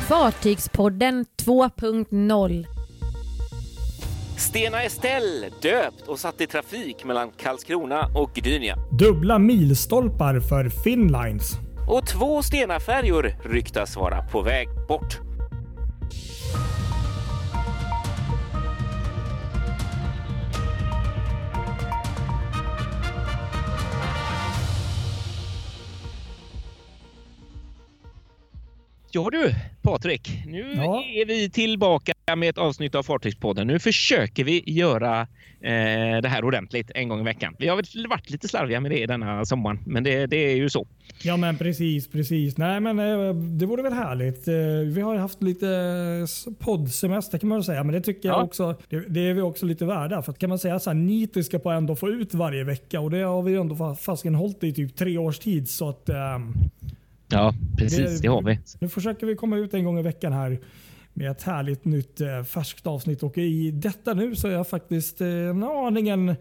Fartygspodden 2.0. Stena Estelle döpt och satt i trafik mellan Karlskrona och Gdynia. Dubbla milstolpar för Finnlines. Och 2 Stena-färjor ryktas vara på väg bort. Ja du, Patrik, nu är vi tillbaka med ett avsnitt av Fartygspodden. Nu försöker vi göra det här ordentligt en gång i veckan. Vi har varit lite slarviga med det denna sommaren, men det är ju så. Ja men precis. Nej men det vore väl härligt. Vi har ju haft lite poddsemester kan man väl säga, men det tycker jag också, det är vi också lite värda. För att kan man säga så här, nitiska på att ändå få ut varje vecka, och det har vi ändå fastligen hållit i typ 3 års tid, så att ja, precis, det har vi. Nu försöker vi komma ut en gång i veckan här med ett härligt nytt färskt avsnitt, och i detta nu så är jag faktiskt aningen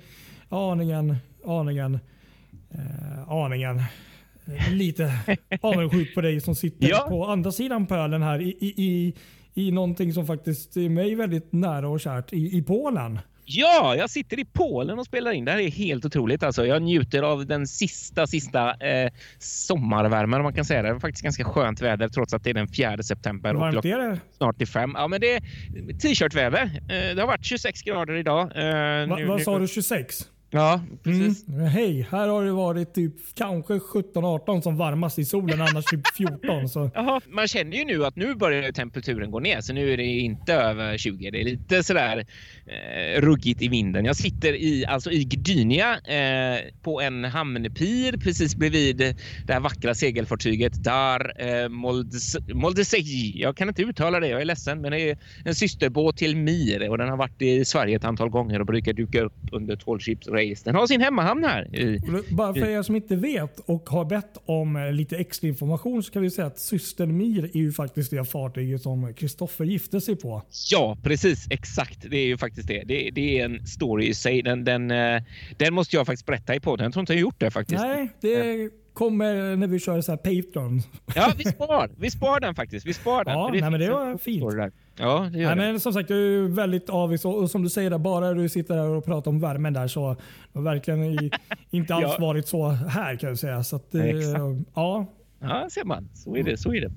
lite avundsjuk på dig som sitter på andra sidan pölen här i någonting som faktiskt är mig väldigt nära och kärt i Polen. Ja, jag sitter i Polen och spelar in. Det här är helt otroligt. Alltså, jag njuter av den sista sommarvärmen, om man kan säga det. Det är faktiskt ganska skönt väder trots att det är den 4 september. Varmt och är det? Snart till 5. Ja, men det är t-shirtväder. Det har varit 26 grader idag. Vad sa du, 26? Ja, precis. Hej, här har det varit typ kanske 17-18 som varmast i solen, annars typ 14. Så. Jaha, man känner ju nu att nu börjar temperaturen gå ner, så nu är det inte över 20. Det är lite sådär ruggigt i vinden. Jag sitter i Gdynia på en hamnpir precis bredvid det här vackra segelfartyget Dar Moldesej. Jag kan inte uttala det, jag är ledsen, men det är en systerbåt till Mir, och den har varit i Sverige ett antal gånger och brukar dyka upp under Tall Ships Race. Den har sin hemmahamn här. Bara för er som inte vet och har bett om lite extra information, så kan vi säga att systern Mir är ju faktiskt det fartyget som Kristoffer gifte sig på. Ja, precis. Exakt. Det är ju faktiskt det. Det är en story i sig. Den måste jag faktiskt berätta i podden. Jag tror inte jag har gjort det faktiskt. Nej, det kommer när vi kör så här Patreon. Ja, vi spar den faktiskt. Vi spar den. Ja, men det var fint. Ja, det gör det. Men som sagt, jag är väldigt avis, och som du säger där, bara du sitter där och pratar om värmen där, så har verkligen inte alls varit så här, kan jag säga. Så att, ja, ser man. Så är det.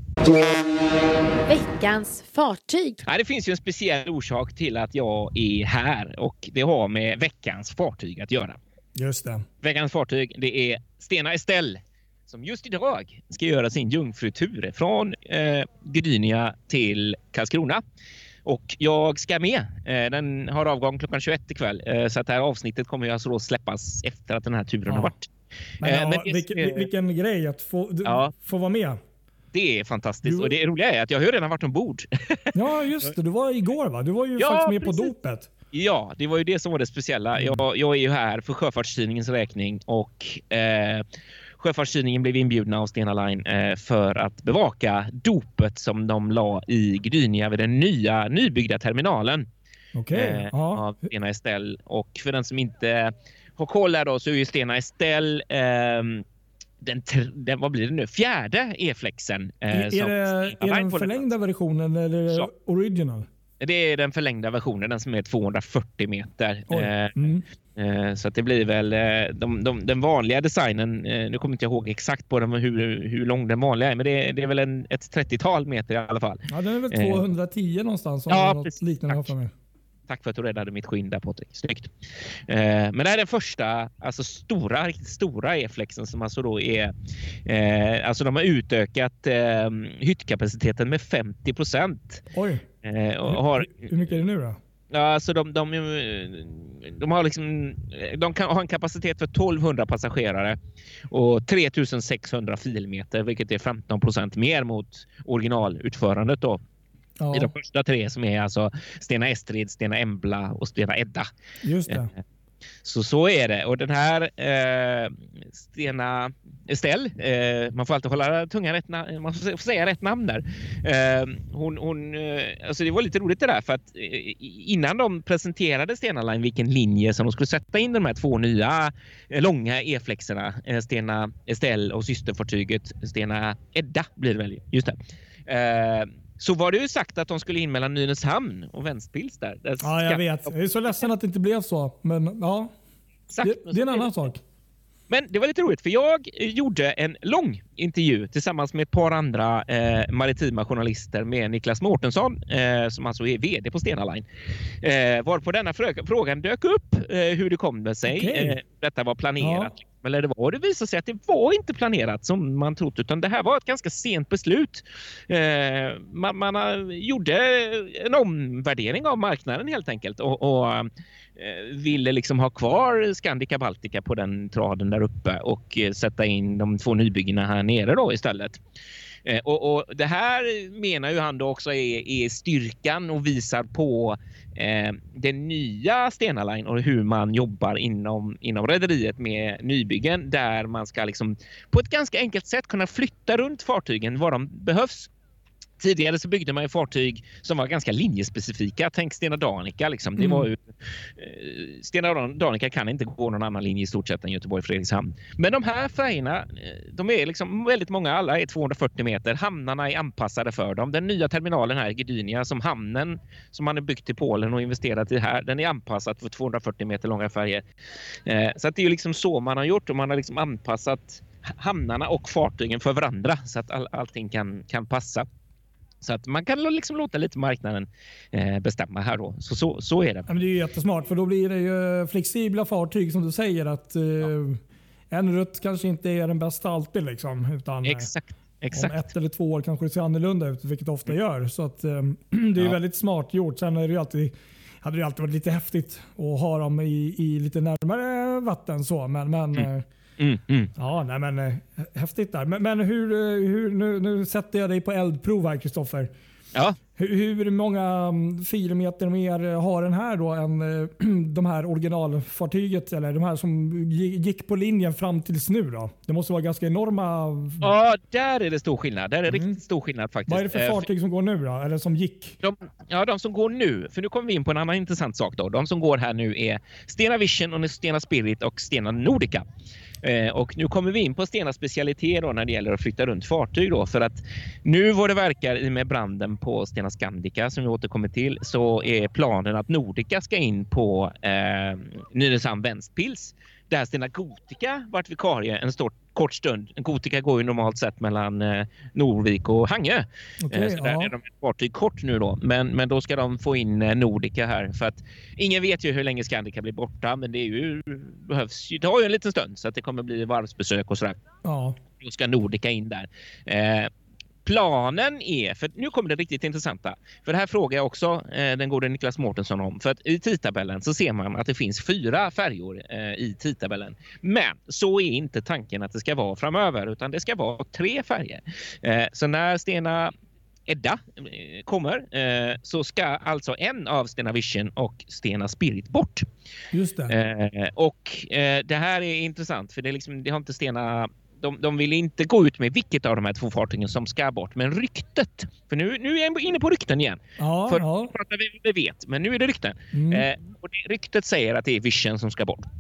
Veckans fartyg. Ja, det finns ju en speciell orsak till att jag är här, och det har med veckans fartyg att göra. Just det. Veckans fartyg, det är Stena Estelle, som just idag ska göra sin jungfrutur från Gdynia till Karlskrona. Och jag ska med. Den har avgång klockan 21 ikväll. Så att det här avsnittet kommer ju alltså då släppas efter att den här turen har varit. Vilken grej att få vara med. Det är fantastiskt. Och det roliga är att jag har ju redan varit ombord. Ja, just det. Du var igår, va? Du var ju faktiskt med på dopet. Ja, det var ju det som var det speciella. Jag är ju här för Sjöfartstidningens räkning, och Sjöfartstidningen blev inbjudna av Stena Line för att bevaka dopet som de la i Gdynia vid den nybyggda terminalen. Av Stena Estelle. Och för den som inte har koll här då, så är ju Stena Estelle den vad blir det nu? 4:e E-flexen. Är det den förlängda versionen eller original? Det är den förlängda versionen, den som är 240 meter. Så att det blir väl den vanliga designen. Nu kommer inte jag ihåg exakt på den hur lång den vanliga är, men det är väl ett 30-tal meter i alla fall. Ja, den är väl 210 någonstans. Något liknande för mig. Tack för att du räddade mitt skinn där, Patrik. Snyggt. Men det här är den första riktigt stora E-flexen som alltså då är de har utökat hyttkapaciteten med 50%. Oj. Hur mycket är det nu då? Ja, alltså de har de kan ha en kapacitet för 1200 passagerare och 3600 filmeter, vilket är 15% mer mot originalutförandet då. I de första 3 som är alltså Stena Estrid, Stena Embla och Stena Edda. Just det. Så är det. Och den här Stena Estelle, man får alltid hålla tungan rätt, man får säga rätt namn där. Alltså det var lite roligt det där, för att innan de presenterade Stena Line vilken linje som de skulle sätta in de här 2 nya långa E-flexerna, Stena Estelle och systerfartyget Stena Edda blir det väl, just det. så var det ju sagt att de skulle in mellan Nynäshamn och Ventspils där. Ja, jag vet. Jag är så ledsen att det inte blev så. Men ja, det är en annan sak. Men det var lite roligt för jag gjorde en lång intervju tillsammans med ett par andra maritima journalister med Niklas Mårtensson som alltså är vd på Stena Line. Varpå denna frågan dök upp hur det kom med sig. Okay. Detta var planerat. Ja. Eller det visade sig att det var inte planerat som man trott, utan det här var ett ganska sent beslut. Man gjorde en omvärdering av marknaden helt enkelt och ville liksom ha kvar Scandica Baltica på den traden där uppe och sätta in de 2 nybyggena här nere då istället. Och det här menar ju han då också är styrkan och visar på den nya Stena Line och hur man jobbar inom rederiet med nybyggen där man ska liksom på ett ganska enkelt sätt kunna flytta runt fartygen var de behövs. Tidigare så byggde man ju fartyg som var ganska linjespecifika. Tänk Stena Danica liksom. Det var ju, Stena Danica kan inte gå någon annan linje i stort sett än Göteborg-Fredrikshamn. Men de här färgerna, de är liksom väldigt många, alla är 240 meter. Hamnarna är anpassade för dem. Den nya terminalen här i Gdynia som hamnen som man har byggt i Polen och investerat i här, den är anpassad för 240 meter långa färger. Så att det är ju liksom så man har gjort och man har liksom anpassat hamnarna och fartygen för varandra så att allting kan passa. Så att man kan liksom låta lite marknaden bestämma här då. Så är det. Men det är ju jättesmart för då blir det ju flexibla fartyg som du säger att en rutt kanske inte är den bästa alltid liksom. Utan, exakt. Om 1 eller 2 år kanske det ser annorlunda ut, vilket det ofta gör. Så att, det är väldigt smart gjort. Sen är det ju hade det alltid varit lite häftigt att ha dem i lite närmare vatten så. Ja, nej men häftigt där. Men hur nu sätter jag dig på eldprov här, Kristoffer. Ja. Hur många filometer mer har den här då än de här originalfartyget eller de här som gick på linjen fram tills nu då? Det måste vara ganska enorma. Ja, där är det stor skillnad. Där är det riktigt stor skillnad faktiskt. Vad är det för fartyg som går nu då? Eller som gick? De som går nu, för nu kommer vi in på en annan intressant sak då. De som går här nu är Stena Vision och Stena Spirit och Stena Nordica. Och nu kommer vi in på Stena specialitet då när det gäller att flytta runt fartyg då, för att nu vad det verkar i med branden på Stena Scandica som vi återkommer till så är planen att Nordica ska in på Nynäshamn Ventspils där Stena Gotica vart vikarie en kort stund. Gotica går ju normalt sett mellan Norvik och Hangö. Okay, så där är de ett fartyg kort nu då. Men då ska de få in Nordica här för att ingen vet ju hur länge Scandica blir borta, men det är ju det har ju en liten stund så att det kommer bli varvsbesök och sådär. Ja. Då ska Nordica in där. Planen är, för nu kommer det riktigt intressanta, för det här frågar jag också den gode Niklas Mårtensson om, för att i tidtabellen så ser man att det finns 4 färjor i tidtabellen, men så är inte tanken att det ska vara framöver, utan det ska vara 3 färjor. Så när Stena Edda kommer så ska alltså en av Stena Vision och Stena Spirit bort. Just det. Och det här är intressant för det har inte Stena. De vill inte gå ut med vilket av de här 2 fartygen som ska bort. Men ryktet, för nu är jag inne på rykten igen. Ja, för pratar vi vet, men nu är det rykten. Och ryktet säger att det är Vision som ska bort.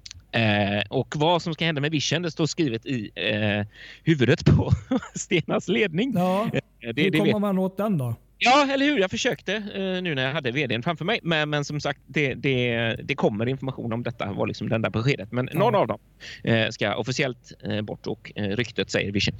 Och vad som ska hända med Vision, det står skrivet i huvudet på Stenas ledning. Ja, hur kommer man åt den då? Ja, eller hur? Jag försökte nu när jag hade vdn framför mig. Men som sagt, det kommer information om detta. Var liksom den där beskedet. Men någon av dem ska officiellt bort och ryktet säger Vision.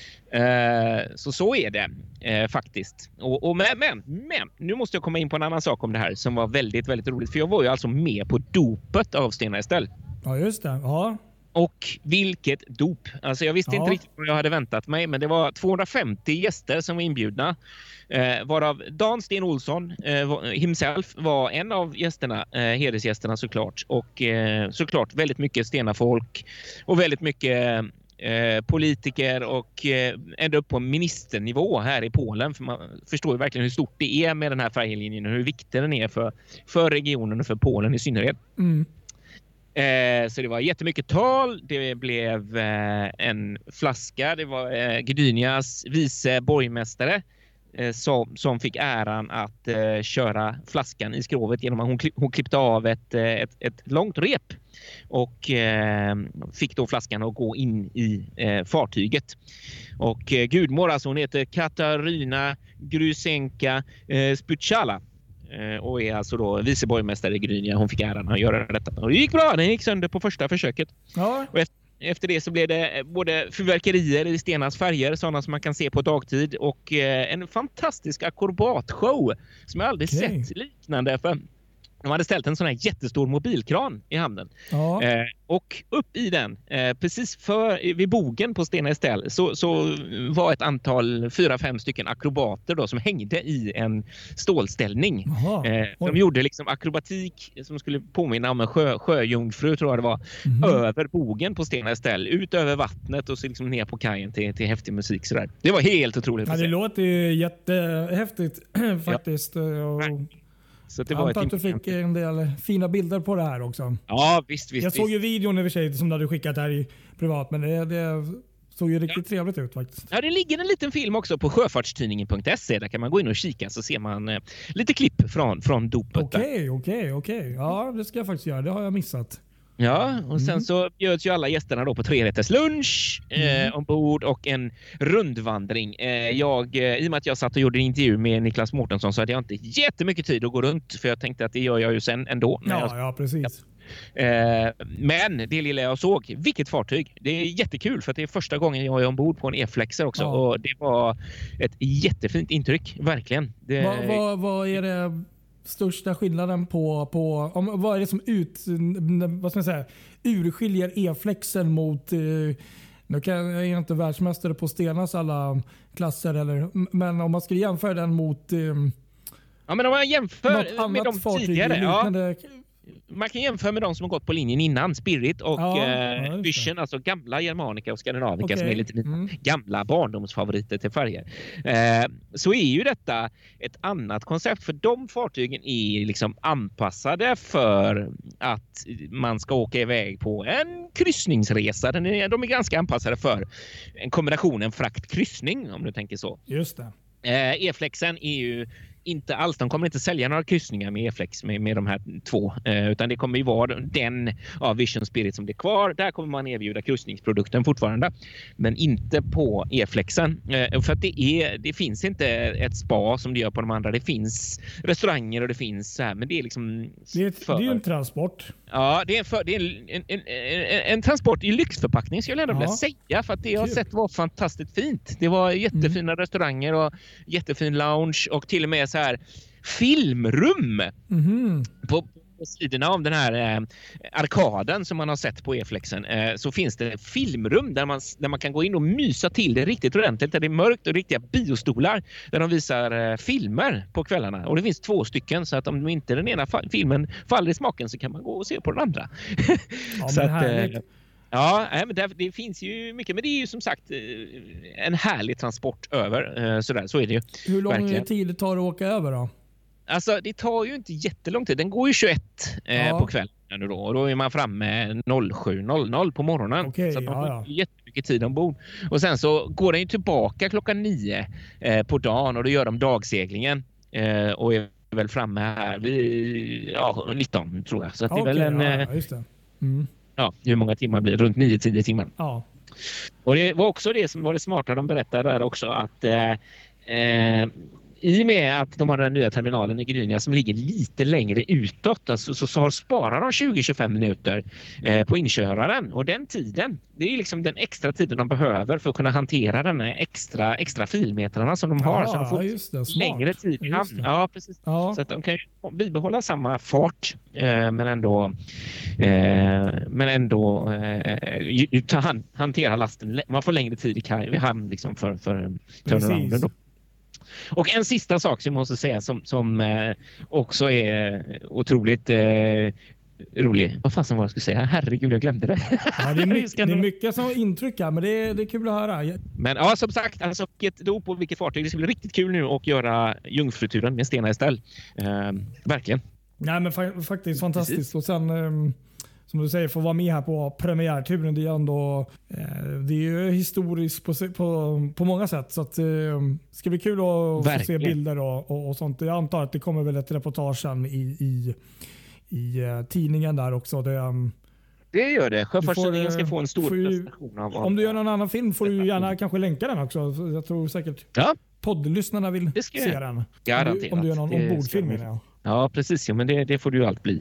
Så är det faktiskt. Men nu måste jag komma in på en annan sak om det här som var väldigt, väldigt roligt. För jag var ju alltså med på dopet av Stena Estelle. Ja, just det. Ja. Och vilket dop. Alltså jag visste inte riktigt vad jag hade väntat mig, men det var 250 gäster som var inbjudna. Varav Dan Sten Olsson himself var en av gästerna, hedersgästerna såklart. Och såklart väldigt mycket Stena-folk och väldigt mycket politiker och ända upp på ministernivå här i Polen. För man förstår ju verkligen hur stort det är med den här färjelinjen och hur viktig den är för regionen och för Polen i synnerhet. Så det var jättemycket tal. Det blev en flaska. Det var Gdynias vice borgmästare som fick äran att köra flaskan i skrovet genom att hon klippte av ett långt rep och fick då flaskan att gå in i fartyget. Och gudmor, alltså hon heter Katarina Grusenka Spuchala och är alltså då viceborgmästare i Gdynia. Hon fick äran att göra detta. Och det gick bra, den gick sönder på första försöket. Ja. Och efter det så blev det både fyrverkerier i Stenas färger, sådana som man kan se på dagtid, och en fantastisk akrobatshow som jag aldrig sett liknande. För de hade ställt en sån här jättestor mobilkran i hamnen. Ja. Och upp i den, precis vid bogen på Stena Estelle, så var ett antal 4-5 stycken akrobater då, som hängde i en stålställning. De gjorde liksom akrobatik som skulle påminna om en sjöjungfru, tror jag det var, över bogen på Stena Estelle, ut över vattnet och så liksom ner på kajen till häftig musik. Sådär. Det var helt otroligt. Ja, det låter ju jättehäftigt faktiskt. Ja. Så det jag antar att du fick en del fina bilder på det här också. Ja, visst. Jag såg ju videon i och för sig som du hade skickat här i privat, men det såg ju riktigt trevligt ut faktiskt. Ja, det ligger en liten film också på sjöfartstidningen.se. Där kan man gå in och kika, så ser man lite klipp från dopet. Okej. Ja, det ska jag faktiskt göra. Det har jag missat. Ja, och sen så bjöds ju alla gästerna då på 3-rätters lunch ombord och en rundvandring. I och med att jag satt och gjorde en intervju med Niklas Mårtensson så hade jag inte jättemycket tid att gå runt, för jag tänkte att det gör jag ju sen ändå. Ja, precis. Men det lilla jag såg, vilket fartyg. Det är jättekul för att det är första gången jag är ombord på en E-flexer också. Ja. Och det var ett jättefint intryck, verkligen. Vad är det största skillnaden på vad är det som urskiljer E-flexen mot nu jag är inte världsmästare på Stenas alla klasser men om man skulle jämföra den mot ja, men om man jämför med de tidigare, man kan jämföra med de som har gått på linjen innan, Spirit och Vision, alltså gamla Germanica och Skandinavika, som är lite gamla barndomsfavoriter till färger. Så är ju detta ett annat koncept, för de fartygen är liksom anpassade för att man ska åka iväg på en kryssningsresa. De är ganska anpassade för en kombination, en frakt-kryssning, om du tänker så. Just det. E-flexen är ju inte alls, de kommer inte sälja några kryssningar med E-flex med de här två, utan det kommer ju vara den av Vision Spirit som blir kvar. Där kommer man erbjuda kryssningsprodukten fortfarande, men inte på E-flexen, för att det finns inte ett spa som det gör på de andra. Det finns restauranger och det finns så här, men det är liksom det är ju en transport. Ja, det är en transport i lyxförpackning, skulle jag ändå vilja säga, för att det jag har sett var fantastiskt fint. Det var jättefina restauranger och jättefin lounge och till och med så här filmrum på sidorna av den här arkaden som man har sett på E-flexen, så finns det filmrum där man kan gå in och mysa till det riktigt ordentligt, där det är mörkt och riktiga biostolar där de visar filmer på kvällarna. Och det finns 2 stycken, så att om inte den ena filmen faller i smaken så kan man gå och se på den andra. Ja, så att, men det finns ju mycket, men det är ju som sagt en härlig transport över, så är det ju. Hur lång tid tar det att åka över då? Alltså det tar ju inte jättelång tid. Den går ju 21 på kvällen då, och då är man framme 07:00 på morgonen. Okay, så att man får jättemycket tid ombord. Och sen så går den ju tillbaka klockan 9 på dagen, och då gör de dagseglingen och är väl framme här vid 19, tror jag. Så att det är väl en just det. Hur många timmar blir det? Runt 9-10 timmar. Ja. Och det var också det som var det smarta de berättade där också, att i och med att de har den nya terminalen i Gdynia som ligger lite längre utåt, alltså, så sparar de 20-25 minuter på inköraren. Och den tiden, det är liksom den extra tiden de behöver för att kunna hantera den extra filmetrarna som de har. Så de får längre tid i hamn. Ja, precis. Ja. Så att de kan bibehålla samma fart men ändå hantera lasten. Man får längre tid i hamn liksom för turnarounden då. Och en sista sak som jag måste säga som också är otroligt rolig. Vad fasen var jag skulle säga? Herregud, jag glömde det. Ja, det är mycket som intryck här, men det är kul att höra. Men som sagt, alltså vilket dop och vilket fartyg. Det ska bli riktigt kul nu att göra jungfruturen med Stena Estelle. Verkligen. Nej, men faktiskt fantastiskt. Och sen som du säger, få vara med här på premiärturen. Det är ändå det är ju historiskt på många sätt. Så att, ska bli kul att få se bilder och sånt. Jag antar att det kommer väl ett reportage sen i tidningen där också. Det gör det. Sjöfartstidningen ska få en stor presentation av. Om du gör någon annan film får du gärna kanske länka den också. Jag tror säkert poddlyssnarna vill se den. Garanterat. Om du gör någon ombordfilm. Ja, precis. Ja, men det får du ju allt bli.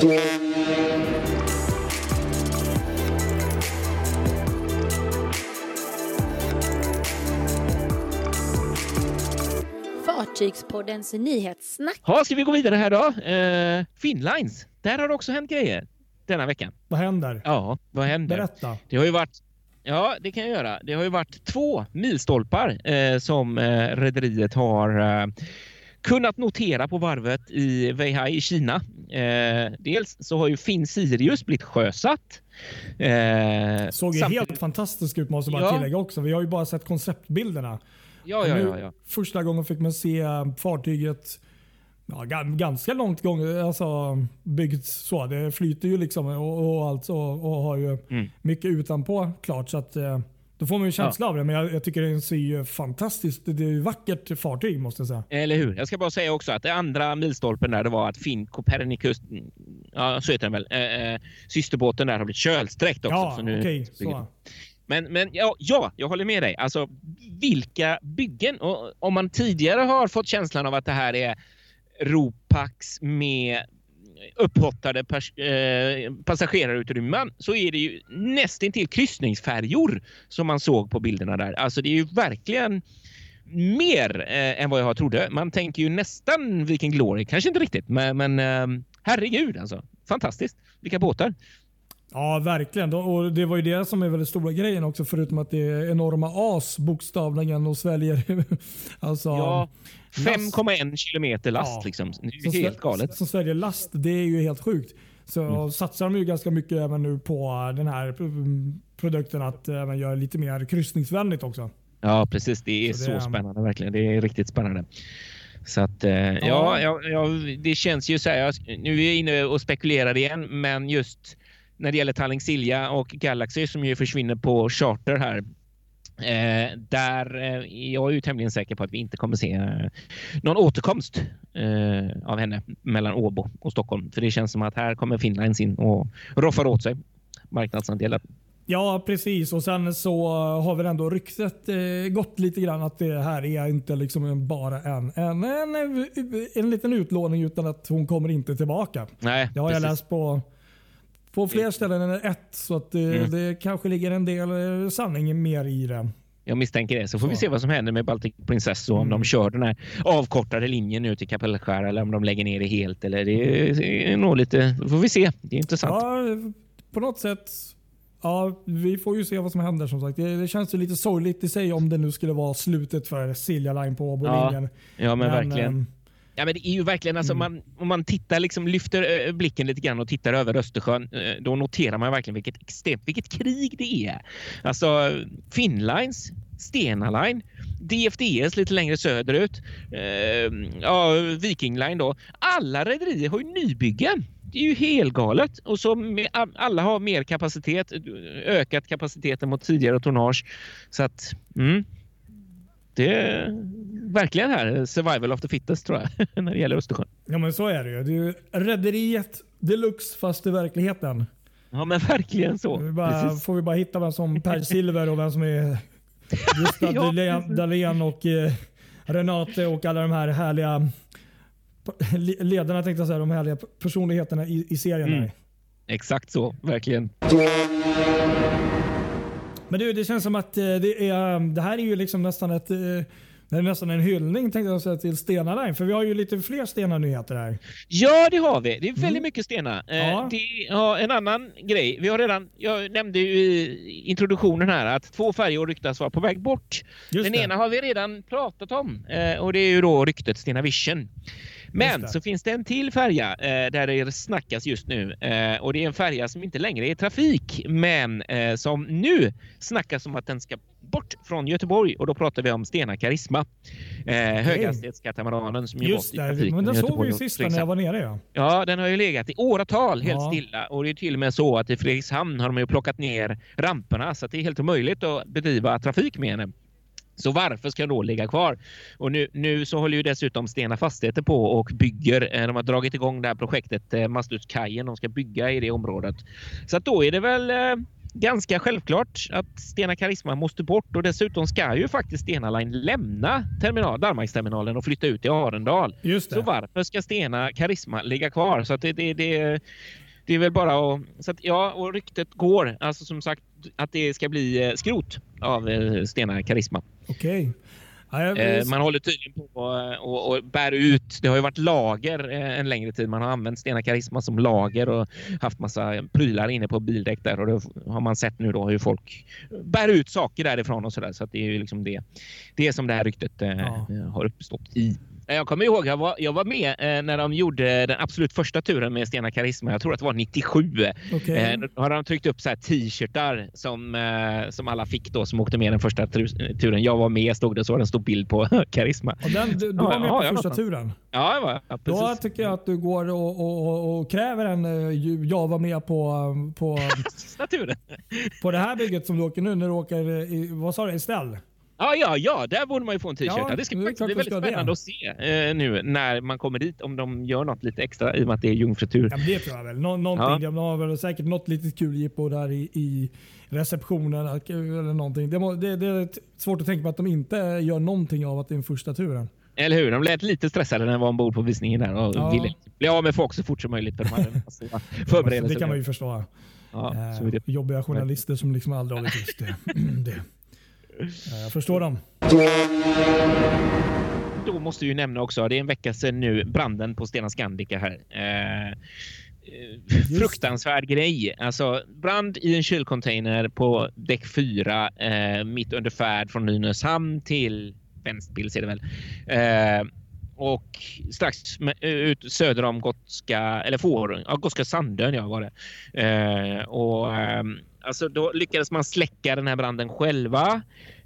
Fartygspoddens nyhetssnack. Ja, ska vi gå vidare här då? Finnlines. Där har det också hänt grejer denna veckan. Vad händer? Ja, vad händer? Berätta. Det har ju varit... Ja, det kan jag göra. Det har ju varit 2 milstolpar som rederiet har kunnat notera på varvet i Weihai i Kina. Dels så har ju Finn Sirius blivit sjösatt. Såg ju helt fantastiskt ut, måste jag bara tillägga också. Vi har ju bara sett konceptbilderna. Ja. Första gången fick man se fartyget ganska långt byggt så. Det flyter ju liksom och har ju mycket utanpå klart. Så att, då får man ju känsla av det. Men jag tycker det ser ju fantastiskt. Det är ju vackert fartyg, måste jag säga. Eller hur? Jag ska bara säga också att det andra milstolpen där, det var att Finn Copernicus, så heter den väl, systerbåten där har blivit kölsträckt också. Ja, så nu okej. Så. Men jag håller med dig. Alltså, vilka byggen? Och om man tidigare har fått känslan av att det här är Ropax med upphottade passagerarutrymmen, så är det ju nästan till kryssningsfärjor som man såg på bilderna där. Alltså det är ju verkligen mer än vad jag trodde. Man tänker ju nästan Viking Glory, kanske inte riktigt, men herregud alltså. Fantastiskt. Vilka båtar. Ja, verkligen. Och det var ju det som är väldigt stora grejen också, förutom att det är enorma as bokstavligen och sväljer alltså 5,1 kilometer last liksom. Det är ju helt galet. Som sväljer last, det är ju helt sjukt. Så satsar de ju ganska mycket även nu på den här produkten att även göra lite mer kryssningsvänligt också. Ja, precis. Det är så spännande verkligen. Det är riktigt spännande. Så att det känns ju så här, nu är jag inne och spekulerar igen, men just när det gäller Tallink Silja och Galaxy som ju försvinner på charter här, där jag är ju tämligen säker på att vi inte kommer se någon återkomst av henne mellan Åbo och Stockholm. För det känns som att här kommer Finnlines in och roffar åt sig marknadsandelar. Ja, precis. Och sen så har väl ändå ryktet gått lite grann att det här är inte liksom bara en liten utlåning, utan att hon kommer inte tillbaka. Nej, det har jag läst på fler ställen än ett, så att det kanske ligger en del sanning mer i det. Jag misstänker det. Så får vi se vad som händer med Baltic Princess och om de kör den här avkortade linjen nu till Kapellskär eller om de lägger ner det helt. Eller det är nog lite... Får vi se. Det är intressant. Ja, på något sätt... Ja, vi får ju se vad som händer som sagt. Det känns ju lite sorgligt i sig om det nu skulle vara slutet för Silja Line på Åbolinjen. Ja, men verkligen. Ja, men det är ju verkligen, alltså, om man tittar, liksom, lyfter blicken lite grann och tittar över Östersjön, då noterar man verkligen vilket krig det är. Alltså Finnlines, Stena Line, DFDS lite längre söderut, Viking Line då. Alla rederier har ju nybyggen. Det är ju helt galet. Och så alla har mer kapacitet, ökat kapaciteten mot tidigare tonnage. Så att det är verkligen här survival of the fittest, tror jag, när det gäller Östersjön. Ja, men så är det ju. Det är ju rederiet deluxe fast i verkligheten. Ja, men verkligen så. Får vi bara hitta vem som Per Silver och vem som är Gustav Dahlén och Renate och alla de här härliga ledarna, tänkte jag säga, de härliga personligheterna i serien. Exakt så, verkligen. Men det känns som att det här är ju liksom nästan en hyllning, tänkte jag säga, till Stena Line. För vi har ju lite fler Stena-nyheter här. Ja, det har vi. Det är väldigt mycket Stena. En annan grej. Jag nämnde ju i introduktionen här att 2 färjor ryktas vara på väg bort. Den ena har vi redan pratat om. Och det är ju då ryktet Stena Vision. Men så finns det en till färja där det snackas just nu. Och det är en färja som inte längre är i trafik, men som nu snackas om att den ska bort från Göteborg och då pratar vi om Stena Karisma. Höghastighetskatamaranen som ju just det, men den såg vi ju sist när jag var nere. Ja, den har ju legat i åratal helt stilla och det är till och med så att i Fredrikshamn har de ju plockat ner ramperna så att det är helt omöjligt att bedriva trafik med den. Så varför ska den då ligga kvar? Och nu så håller ju dessutom Stena Fastigheter på och bygger. De har dragit igång det här projektet Masthuskajen de ska bygga i det området. Så att då är det väl ganska självklart att Stena Karisma måste bort och dessutom ska ju faktiskt Stena Line lämna Danmarksterminalen och flytta ut i Arendal. Just det. Så varför ska Stena Karisma ligga kvar? Så att det är väl bara att... Så att, ja, och ryktet går. Alltså som sagt att det ska bli skrot av Stena Karisma. Okej. Man håller tydligen på och bär ut. Det har ju varit lager en längre tid. Man har använt Stena Karisma som lager och haft massa prylar inne på bildäck där. Och då har man sett nu då hur folk bär ut saker därifrån och sådär. Så att det är ju liksom det som det här ryktet har uppstått i. Jag kommer ihåg, jag var med när de gjorde den absolut första turen med Stena Karisma. Jag tror att det var 97. Okay. Då har de tryckt upp så här t-shirtar som alla fick då som åkte med den första turen. Jag var med, stod det så. Den stod bild på Karisma. Och du var med på första turen? Ja, jag var. Ja, precis. Då tycker jag att du går och kräver en jag var med på turen. På det här bygget som du åker nu när du åker vad sa du, Estelle? Ja, där borde man ju få en t-shirt. Ja, det ska faktiskt bli väldigt spännande att se nu när man kommer dit om de gör något lite extra i och med att det är jungfrutur. Ja, det tror jag väl. Någonting, de har väl säkert något litet kul jippo där i receptionen eller någonting. Det är svårt att tänka på att de inte gör någonting av att det är en första turen. Eller hur? De lät lite stressade när de var ombord på visningen där och ville bli av med folk så fort som möjligt för de hade förberedelser. Det kan man ju förstå. Ja, jobbiga journalister som liksom aldrig håller tyst. Det. Jag förstår dem. Då måste vi ju nämna också, det är en vecka sedan nu, branden på Stena Scandica här. Fruktansvärd grej. Alltså brand i en kylcontainer på däck 4 mitt under färd från Nynäshamn till Vänsterbild ser det väl. Och strax ut söder om Gotska Sandön var det. Alltså då lyckades man släcka den här branden själva.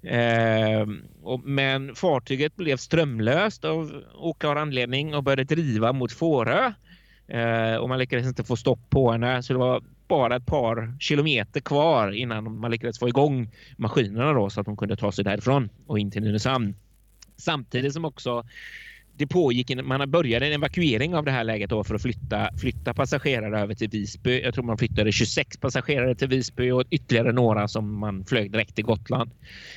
Men fartyget blev strömlöst av oklar anledning och började driva mot Fårö. Och man lyckades inte få stopp på henne. Så det var bara ett par kilometer kvar innan man lyckades få igång maskinerna då, så att de kunde ta sig därifrån och in till Nynäshamn. Samtidigt som också det pågick, man började en evakuering av det här läget då för att flytta passagerare över till Visby. Jag tror man flyttade 26 passagerare till Visby och ytterligare några som man flög direkt till Gotland.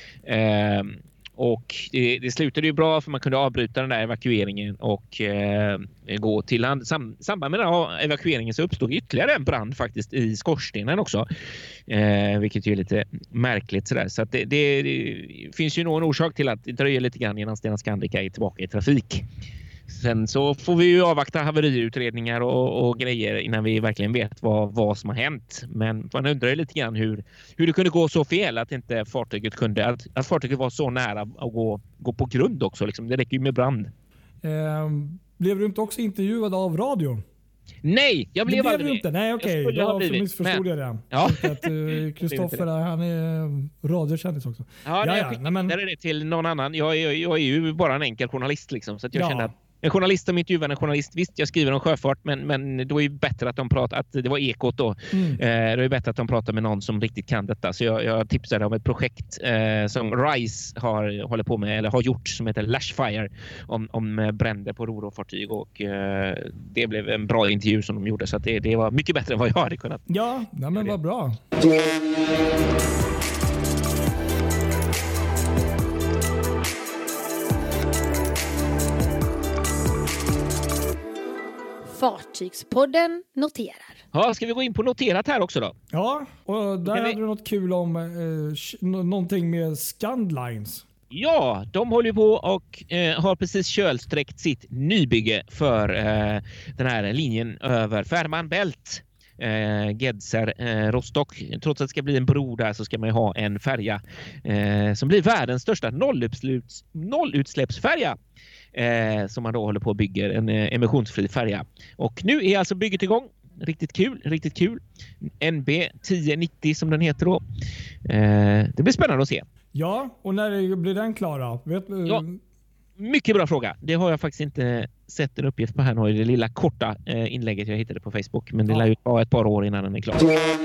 Och det slutade ju bra för man kunde avbryta den där evakueringen och gå till land. Samband med den här evakueringen så uppstod ytterligare en brand faktiskt i skorstenen också. Vilket ju är lite märkligt sådär. Så att det finns ju någon orsak till att det dröjer lite grann innan Stena Scandica är tillbaka i trafik. Sen så får vi ju avvakta haveriutredningar och grejer innan vi verkligen vet vad som har hänt. Men man undrar ju lite grann hur det kunde gå så fel att inte fartyget att fartyget var så nära att gå på grund också. Liksom. Det räcker ju med brand. Blev du inte också intervjuad av radio? Nej, jag blev aldrig. Inte. Nej, okej. Då missförstod jag det. Ja. Kristoffer, han är radiokändis också. Ja, jag skickade det till någon annan. Jag är ju bara en enkel journalist liksom, så att jag kände att en journalist som intervjuar en journalist, visst jag skriver om sjöfart men då är det bättre att de pratar, att det var Ekot då. Då är det bättre att de pratar med någon som riktigt kan detta. Så jag tipsade om ett projekt som RISE håller på med eller har gjort som heter Lashfire om bränder på rorofartyg och det blev en bra intervju som de gjorde så att det var mycket bättre än vad jag hade kunnat. Ja, men vad bra. Fartygspodden noterar. Ja, ska vi gå in på noterat här också då? Ja, och där hade du något kul om någonting med Scandlines. Ja, de håller på och har precis kölsträckt sitt nybygge för den här linjen över Fehmarn Bält. Gedser, Rostock. Trots att det ska bli en bro där så ska man ju ha en färja som blir världens största nollutsläppsfärja. Som man då håller på att bygga, en emissionsfri färja. Och nu är alltså bygget igång. Riktigt kul. NB 1090 som den heter då. Det blir spännande att se. Ja, och när blir den klar då? Ja, mycket bra fråga. Det har jag faktiskt inte sett en uppgift på här nu i det lilla korta inlägget jag hittade på Facebook. Men det lär ju ta ett par år innan den är klar.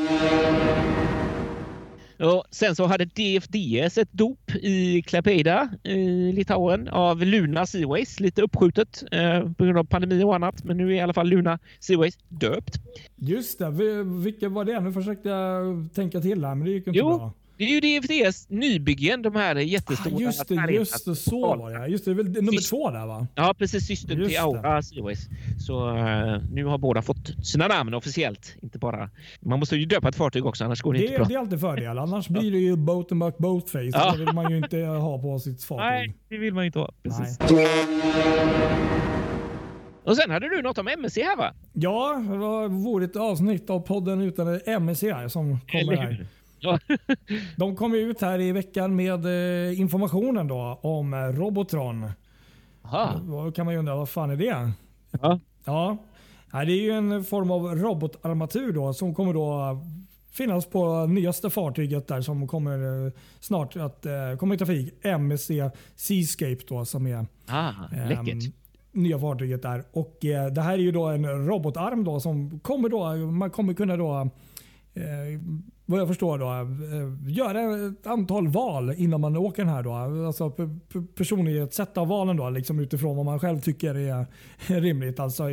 Och sen så hade DFDS ett dop i Klaipėda i Litauen av Luna Seaways. Lite uppskjutet på grund av pandemi och annat. Men nu är i alla fall Luna Seaways döpt. Just det. Vilka var det? Nu försökte jag tänka till här, men det gick inte bra. Det är ju DFDS nybyggen, de här jättestora. Just det, så var det. Just det, är väl nummer 2 där va? Ja, precis. Systern till Aura Seaways. Så nu har båda fått sina namn officiellt. Inte bara... Man måste ju döpa ett fartyg också, annars går det inte bra. Det är alltid fördel. Annars blir det ju Boatenbuck Boatface. Det vill man ju inte ha på sitt fartyg. Nej, det vill man inte ha. Precis. Och sen hade du något om MSC här va? Ja, det var ett avsnitt av podden utan MSC som kommer här. Ja. De kom ut här i veckan med informationen då om Robotron. Då kan man ju undra, vad fan är det? Ja. Det är ju en form av robotarmatur då som kommer då finnas på nyaste fartyget där som kommer snart att komma i trafik. MSC Seascape då som är nya fartyget där. Och det här är ju då en robotarm då som kommer då, man kommer kunna då vad jag förstår då, göra ett antal val innan man åker den här då. Alltså personlighet, sätta valen då liksom utifrån vad man själv tycker är rimligt. Alltså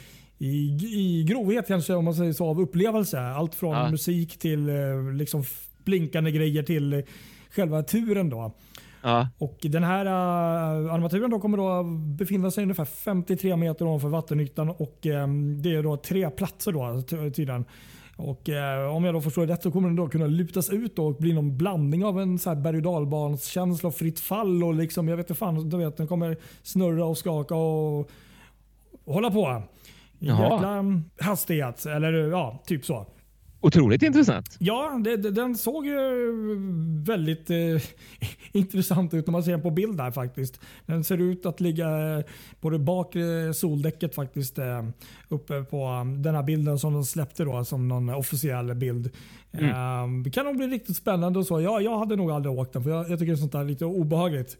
i grovhet kanske om man säger så av upplevelse. Allt från musik till liksom blinkande grejer till själva turen då. Och den här armaturen då kommer då befinna sig ungefär 53 meter ovanför vattenytan och det är då 3 platser då tydligen. Och om jag då förstår rätt så kommer den då kunna lutas ut och bli någon blandning av en så här berg- och dalbanskänsla och fritt fall och liksom, jag vet inte fan, du vet, den kommer snurra och skaka och hålla på i jäkla hastighet eller typ så. Otroligt intressant. Ja, den såg ju väldigt intressant ut när man ser den på bild där faktiskt. Den ser ut att ligga på det bakre soldäcket faktiskt uppe på den här bilden som de släppte då som någon officiell bild. Det kan nog bli riktigt spännande och så. Jag hade nog aldrig åkt den för jag tycker sånt där är lite obehagligt.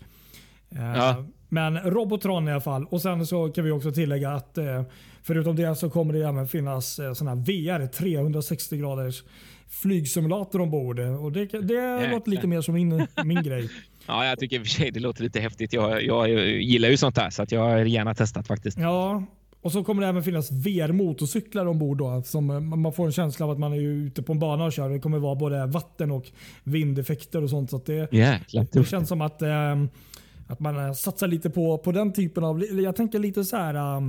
Men Robotron i alla fall. Och sen så kan vi också tillägga att förutom det så kommer det även finnas sån här VR 360 graders flygsimulator ombord. Och det låter lite mer som min grej. Ja, jag tycker i och för sig det låter lite häftigt. Jag gillar ju sånt där så att jag har gärna testat faktiskt. Ja, och så kommer det även finnas VR-motorcyklar ombord då. Som man får en känsla av att man är ute på en bana och kör. Det kommer vara både vatten och vindeffekter och sånt. Så att det känns som att man satsar lite på den typen av, jag tänker lite så här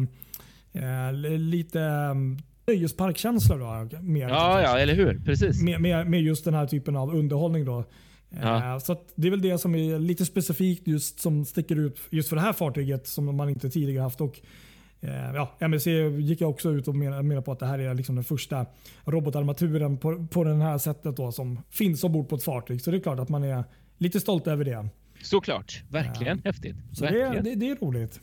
lite nöjesparkkänsla då. Mer, ja, eller hur? Precis. Med just den här typen av underhållning då. Så att det är väl det som är lite specifikt just som sticker ut just för det här fartyget som man inte tidigare haft. Och MSC gick jag också ut och menar på att det här är liksom den första robotarmaturen på den här sättet då som finns ombord på ett fartyg. Så det är klart att man är lite stolt över det. Såklart. Verkligen häftigt. Så verkligen. Det är roligt.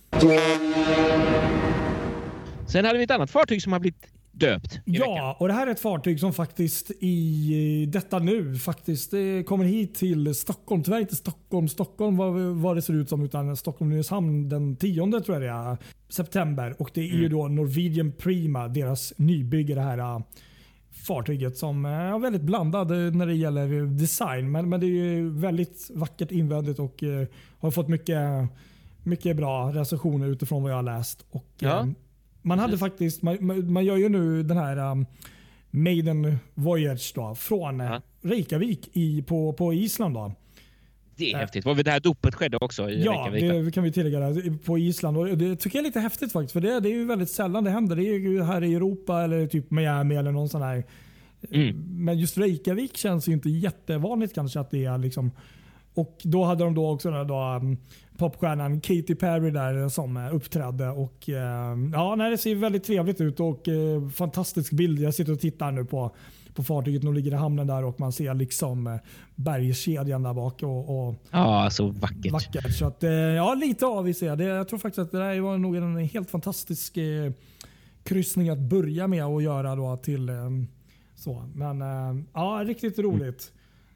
Sen hade vi ett annat fartyg som har blivit döpt. Ja, och det här är ett fartyg som faktiskt i detta nu faktiskt kommer hit till Stockholm. Tyvärr inte Stockholm vad det ser ut som utan Stockholm-Nynäshamn den 10 tror jag det är, september. Och det är ju då Norwegian Prima, deras nybygge det här fartyget som är väldigt blandad när det gäller design. Men det är ju väldigt vackert invändigt och har fått mycket bra recensioner utifrån vad jag har läst. Och, man hade faktiskt, man gör ju nu den här Maiden Voyage då, från Reykjavik på Island då. Det är häftigt. Var det här dopet skedde också i Reykjavik? Ja, det kan vi tillägga där, på Island. Och det tycker jag är lite häftigt faktiskt. För det är ju väldigt sällan det händer. Det är ju här i Europa eller typ Miami eller någon sån här. Men just Reykjavik känns ju inte jättevanligt kanske att det är liksom. Och då hade de då också den där popstjärnan Katy Perry där som uppträdde. Och det ser väldigt trevligt ut och fantastisk bild. Jag sitter och tittar nu på fartyget och ligger i hamnen där och man ser liksom bergskedjan där bak. Så vackert. Så att, lite avis är det. Jag tror faktiskt att det där var nog en helt fantastisk kryssning att börja med att göra då till så. Men riktigt roligt.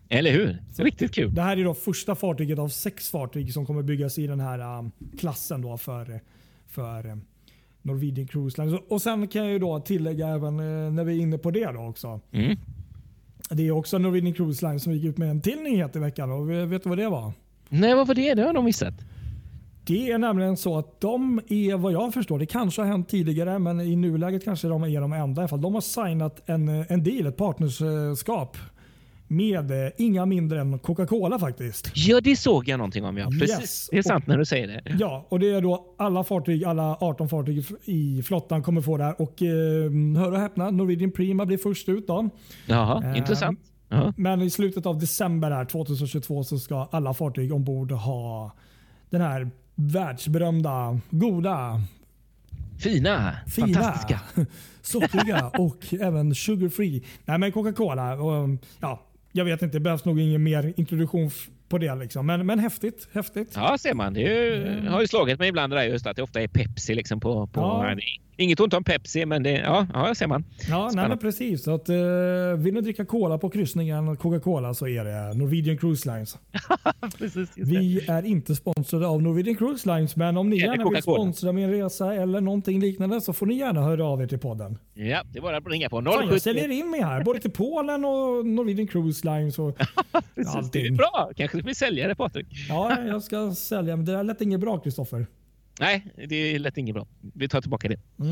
Eller hur? Riktigt kul. Det här är då första fartyget av 6 fartyg som kommer byggas i den här klassen då för Norwegian Cruise Line. Och sen kan jag ju då tillägga även när vi är inne på det då också. Mm. Det är också Norwegian Cruise Line som gick ut med en till nyhet i veckan. Och vet du vad det var? Nej, vad var det? Det har de missat. Det är nämligen så att de är, vad jag förstår, det kanske har hänt tidigare, men i nuläget kanske de är de enda i alla fall. De har signat en deal, ett partnerskap med inga mindre än Coca-Cola faktiskt. Ja, det såg jag någonting om. Ja. Precis. Yes. Det är sant när du säger det. Ja, och det är då alla 18 fartyg i flottan kommer få det här. Och hör och häpna, Norwegian Prima blir först ut då. Jaha, intressant. Jaha. Men i slutet av december här, 2022 så ska alla fartyg ombord ha den här världsberömda, goda, Fina, fantastiska, sockriga och även sugar-free. Nej, men Coca-Cola. Och, ja, jag vet inte, det behövs nog ingen mer introduktion på det. Liksom. Men häftigt. Ja, ser man. Det har ju slagit mig ibland där just att det ofta är Pepsi liksom på ja. Inget ont om Pepsi, men det, ja, ser man. Ja, nej, men precis. Så att, vill ni dricka cola på kryssningen Coca-Cola så är det Norwegian Cruise Lines. Precis, vi är inte sponsrade av Norwegian Cruise Lines, men om ni gärna vill sponsra min resa eller någonting liknande så får ni gärna höra av er till podden. Ja, det är bara att ringa på 070. Jag säljer in mig här, både till Polen och Norwegian Cruise Lines och precis, det är bra. Kanske ska vi sälja det, Patrik. Ja, jag ska sälja, men det är lätt inget bra, Kristoffer. Nej, det är lätt inget bra. Vi tar tillbaka det. Mm.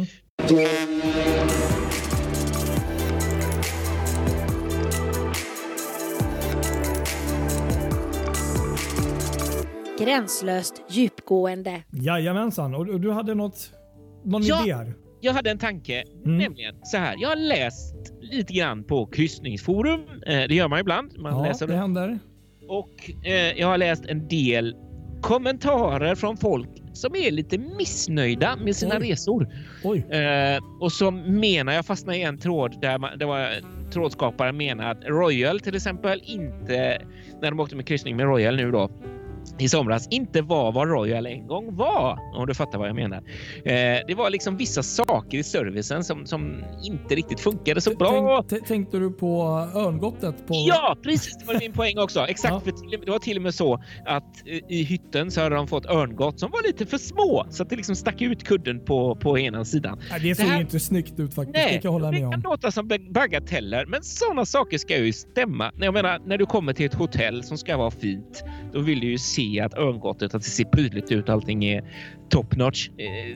Gränslöst djupgående. Jajamensan, och du hade någon idé här? Jag hade en tanke, nämligen så här. Jag har läst lite grann på kryssningsforum. Det gör man ibland. Man läser det händer. Och jag har läst en del kommentarer från folk som är lite missnöjda med sina resor. Och som jag fastnade i en tråd där det var trådskaparen menar att Royal till exempel inte, när de åkte med kryssning med Royal nu då i somras, inte var vad Royal en gång var, om du fattar vad jag menar. Det var liksom vissa saker i servicen som inte riktigt funkade så bra. Tänkte du på örngottet? Ja, precis. Det var min poäng också. Exakt, för det var till och med så att i hytten så hade de fått örngott som var lite för små, så att det liksom stack ut kudden på ena sidan. Nej, det såg ju inte snyggt ut faktiskt. Nej, det kan hålla med om. Det kan låta som bagateller, men sådana saker ska ju stämma. Jag menar, när du kommer till ett hotell som ska vara fint, då vill du ju se att örngottet, att det ser prydligt ut, allting är top notch.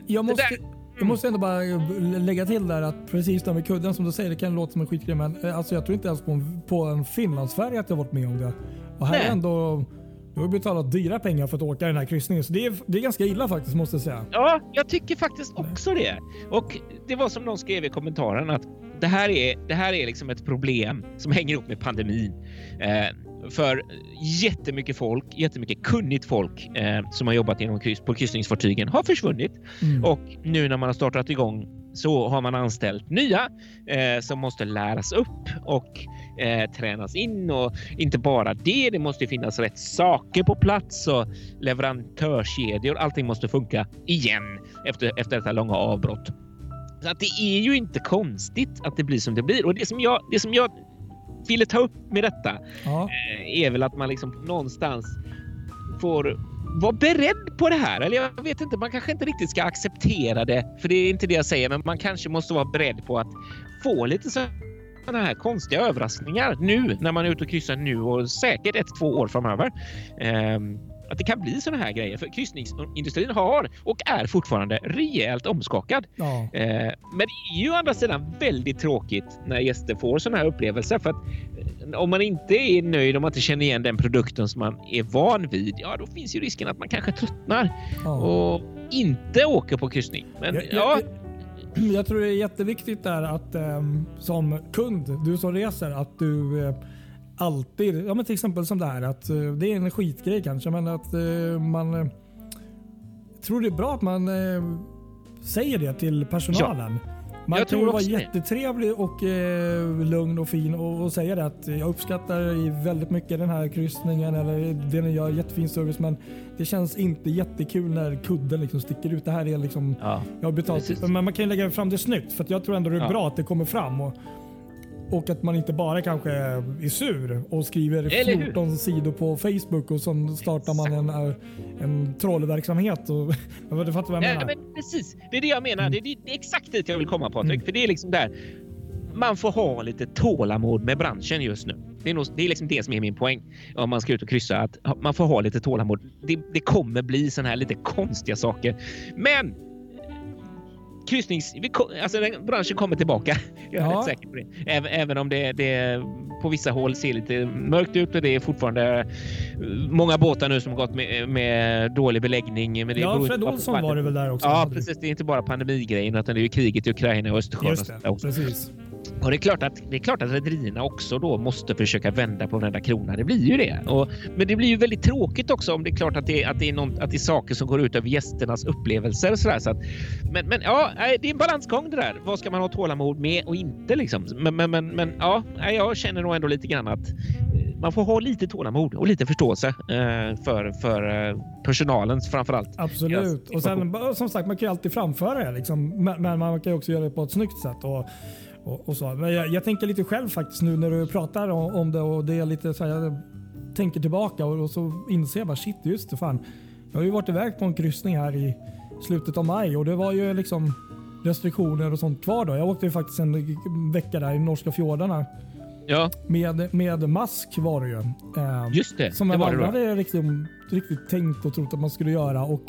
Jag måste ändå bara lägga till där att precis där med kudden som du säger, det kan låta som en skitgrej, men alltså jag tror inte ens på en Finlandsfärja att jag varit med om det. Och här är ändå, du har betalat dyra pengar för att åka den här kryssningen, så det är ganska illa faktiskt, måste jag säga. Ja, jag tycker faktiskt också det. Och det var som någon skrev i kommentaren att det här är liksom ett problem som hänger ihop med pandemin. För jättemycket kunnigt folk som har jobbat på kryssningsfartygen har försvunnit. Och nu när man har startat igång så har man anställt nya som måste läras upp och tränas in, och inte bara det måste finnas rätt saker på plats och leverantörskedjor, allting måste funka igen efter detta långa avbrott. Så att det är ju inte konstigt att det blir som det blir, och det som jag ville ta upp med detta är väl att man liksom någonstans får vara beredd på det här. Eller jag vet inte, man kanske inte riktigt ska acceptera det, för det är inte det jag säger, men man kanske måste vara beredd på att få lite sådana här konstiga överraskningar nu när man är ute och kryssar nu och säkert 1-2 år framöver. Att det kan bli sådana här grejer, för kryssningsindustrin har och är fortfarande rejält omskakad. Men det är ju å andra sidan väldigt tråkigt när gäster får sådana här upplevelser, för att om man inte är nöjd, om man inte känner igen den produkten som man är van vid, då finns ju risken att man kanske tröttnar och inte åker på kryssning. Men jag tror det är jätteviktigt där att som kund, du som reser, att du alltid, men till exempel som det här, att det är en skitgrej kanske, men att man tror det är bra att man säger det till personalen. Man kan vara jättetrevlig och lugn och fin och säga det att jag uppskattar väldigt mycket den här kryssningen, eller det ni gör, jättefin service, men det känns inte jättekul när kudden liksom sticker ut. Det här är liksom, jag har betalt, men man kan ju lägga fram det snyggt, för att jag tror ändå det är bra att det kommer fram. Och att man inte bara kanske är sur och skriver 14 sidor på Facebook och så startar man en trollverksamhet. Och, du fattar vad jag menar? Men precis, det är det jag menar. Det är exakt dit jag vill komma, Patrik. För det är liksom där. Man får ha lite tålamod med branschen just nu. Det är liksom det som är min poäng. Om man ska ut och kryssa. Att man får ha lite tålamod. Det kommer bli såna här lite konstiga saker. Men branschen kommer tillbaka. Jag är rätt säker på det. Även om det på vissa håll ser lite mörkt ut och det är fortfarande många båtar nu som har gått med dålig beläggning. Men det Fred Olsson var det väl där också. Ja, precis. Det är inte bara pandemigrejen utan det är ju kriget i Ukraina och Östersjön. Just det, precis. Och det är klart att rederierna också då måste försöka vända på varenda krona. Det blir ju det. Men det blir ju väldigt tråkigt också om det är klart att det är saker som går ut över gästernas upplevelser och sådär. Så att, men ja, det är en balansgång det där. Vad ska man ha tålamod med och inte liksom? Men ja, jag känner nog ändå lite grann att man får ha lite tålamod och lite förståelse för personalen framförallt. Absolut. Och sen som sagt, man kan ju alltid framföra det liksom. Men man kan ju också göra det på ett snyggt sätt och så. Men jag tänker lite själv faktiskt nu när du pratar om det och det är lite så här, jag tänker tillbaka och så inser jag bara shit, just det fan. Jag har ju varit iväg på en kryssning här i slutet av maj och det var ju liksom restriktioner och sånt kvar då. Jag åkte ju faktiskt en vecka där i norska fjordarna. Ja. Med mask var det ju. Just det. Som jag hade riktigt tänkt och trott att man skulle göra och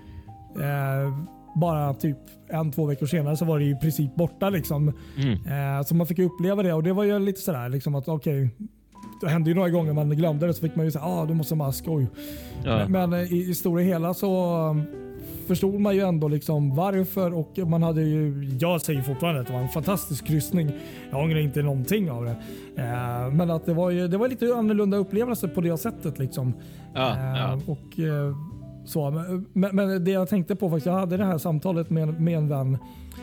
bara typ 1-2 veckor senare så var det i princip borta liksom. Så man fick uppleva det och det var ju lite sådär liksom att okej, det hände ju några gånger man glömde det så fick man ju säga du måste ha mask, oj. Ja. Men i stora hela så förstod man ju ändå liksom varför och man hade ju, jag säger fortfarande att det var en fantastisk kryssning. Jag ångrar inte någonting av det. Men att det var lite annorlunda upplevelse på det sättet liksom. Och så, men det jag tänkte på faktiskt, jag hade det här samtalet med en vän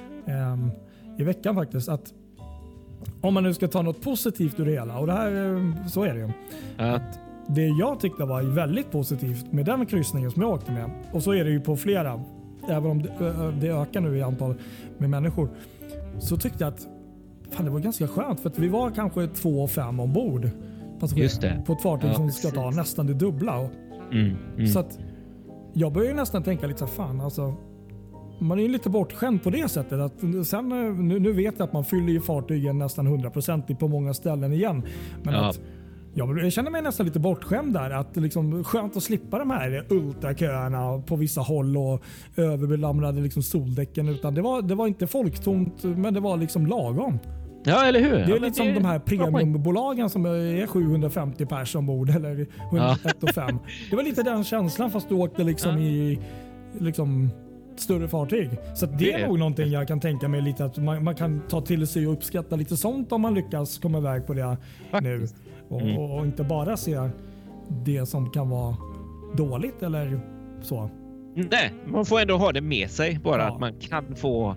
i veckan faktiskt, att om man nu ska ta något positivt ur det hela, och det här, så är det ju. Att det jag tyckte var väldigt positivt med den kryssningen som jag åkte med, och så är det ju på flera, även om det ökar nu i antal med människor, så tyckte jag att fan, det var ganska skönt för att vi var kanske 2-5 ombord på ett fartyg som ska ta nästan det dubbla. Så att jag börjar nästan tänka lite så fan, alltså man är ju lite bortskämd på det sättet att sen nu vet jag att man fyller ju fartygen nästan 100% på många ställen igen, men att jag känner mig nästan lite bortskämd där, att liksom skönt att slippa de här ultraköerna på vissa håll och överbelamrade liksom soldäcken, utan det var inte folktomt, men det var liksom lagom. Ja, eller hur? Det är lite som de här premiumbolagen som är 750 pers ombord eller 105. Det var lite den känslan fast du åkte liksom i liksom större fartyg. Så det är nog någonting jag kan tänka mig lite att man kan ta till sig och uppskatta lite sånt om man lyckas komma iväg på det nu. Och inte bara se det som kan vara dåligt eller så. Nej, man får ändå ha det med sig bara att man kan få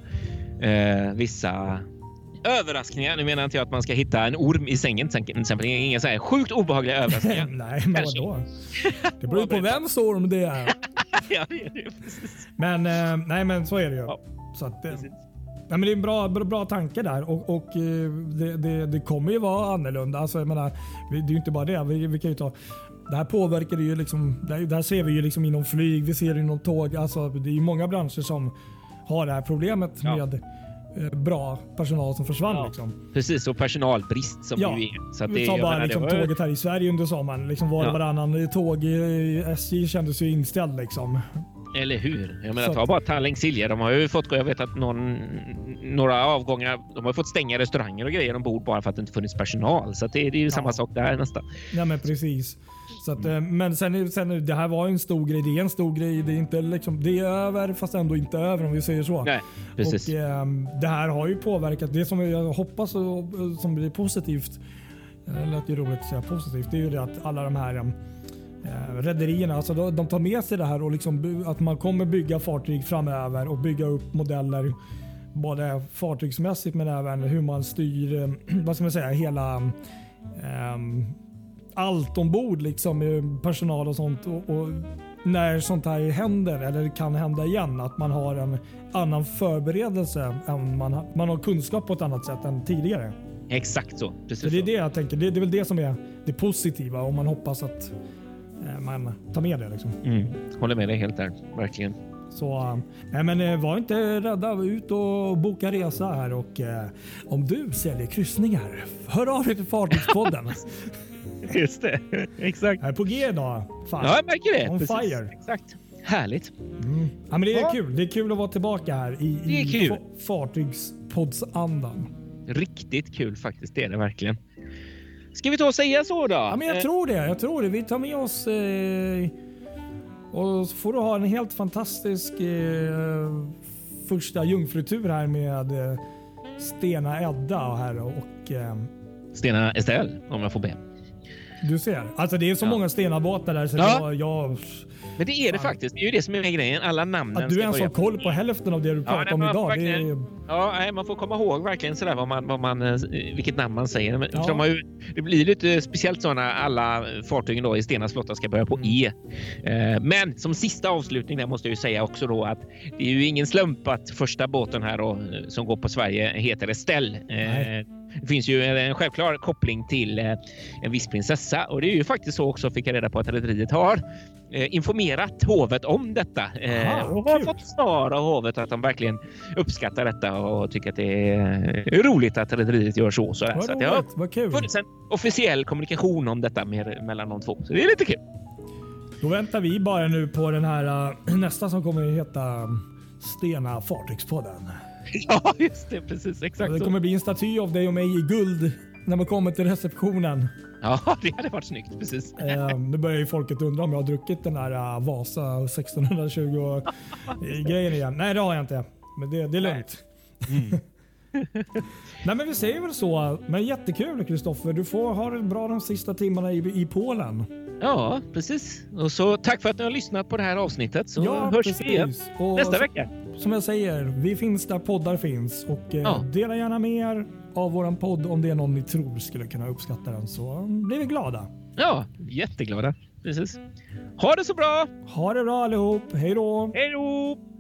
vissa överraskningar. Nu menar inte jag att man ska hitta en orm i sängen till exempel. Inga så här sjukt obehagliga överraskningar. Nej, men vadå? Det beror på vems orm det är. Ja, det är det precis. Men nej, men så är det ju. Ja, så att nej, men det är en bra tanke där och det kommer ju vara annorlunda. Alltså jag menar, det är ju inte bara det. Vi kan ju ta det här påverkar ju liksom, där ser vi ju liksom inom flyg, vi ser inom tåg, alltså det är ju många branscher som har det här problemet med bra personal som försvann liksom. Precis, och personalbrist som ju är. Så att vi tar bara liksom tåget här i Sverige under sommaren, liksom varannan tåg i SJ kändes ju inställd liksom. Eller hur? Jag menar, ta bara Tallinn-Silja. De har ju fått, jag vet att några avgångar, de har fått stänga restauranger och grejer ombord bara för att det inte funnits personal. Så att det är ju samma sak där nästan. Ja, men precis. Så att, men sen det här var en stor grej. Det är en stor grej. Det är inte liksom, det är över fast ändå inte över om vi säger så. Nej, precis. Och det här har ju påverkat. Det som jag hoppas och som blir positivt, eller att det är roligt att säga positivt, det är ju det att alla de här rederierna, alltså de tar med sig det här och liksom att man kommer bygga fartyg framöver och bygga upp modeller både fartygsmässigt men även hur man styr, vad ska man säga, hela allt ombord liksom, personal och sånt, och när sånt här händer eller kan hända igen, att man har en annan förberedelse än man har kunskap på ett annat sätt än tidigare. Exakt så. Precis Så det är så. det jag tänker. Det är väl det som är det positiva om man hoppas att man tar med det. Liksom. Håller med dig helt där, verkligen. Så nej, men var inte rädda, ut och boka resa här och om du säljer kryssningar, hör av dig till Fartygspodden. Just det, exakt. Här på G idag. Fan. Ja, jag märker det. On precis. fire. Exakt. Härligt. Ja, men det är kul. Det är kul att vara tillbaka här i Fartygspoddsandan. Riktigt kul faktiskt, det är det verkligen. Ska vi ta och säga så då? Ja, men jag tror det. Vi tar med oss och så får du ha en helt fantastisk första jungfrutur här med Stena Edda här och Stena Estelle, om jag får be. du ser. Alltså det är så många Stena-båtar där så jag men det är det faktiskt. Det är ju det som är grejen. Alla namnen. att du är en sån koll på hälften av det du pratar om idag. Det är... Ja, man får komma ihåg verkligen sådär vad man, vilket namn man säger. För det blir lite speciellt så när alla fartygen då i Stenas flotta ska börja på E. Men som sista avslutning där måste jag ju säga också då att det är ju ingen slump att första båten här då, som går på Sverige heter Estelle. Det finns ju en självklar koppling till en viss prinsessa och det är ju faktiskt så också, fick jag reda på, att rederiet har informerat hovet om detta och har fått svar av hovet att de verkligen uppskattar detta och tycker att det är roligt att rederiet gör så. Så att det har funnits en officiell kommunikation om detta mellan de två. Så det är lite kul. Då väntar vi bara nu på den här nästa som kommer att heta Stena Fartygspodden. Ja, just det. Precis. Exakt. Det kommer bli en staty av dig och mig i guld när man kommer till receptionen. Ja, det hade varit snyggt. Precis. Nu börjar ju folket undra om jag har druckit den här Vasa 1620 grejen igen. Nej, det har jag inte. Men det är lugnt. Nej, men vi säger väl så. Men jättekul, Kristoffer. Du får ha det bra de sista timmarna i Polen. Ja, precis. Och så tack för att ni har lyssnat på det här avsnittet. Så hörs vi igen nästa vecka. Som jag säger, vi finns där poddar finns. Och dela gärna med er av våran podd om det är någon ni tror skulle kunna uppskatta den. Så blir vi glada. Ja, jätteglada. Precis. Ha det så bra! Ha det bra allihop. Hej då! Hej då!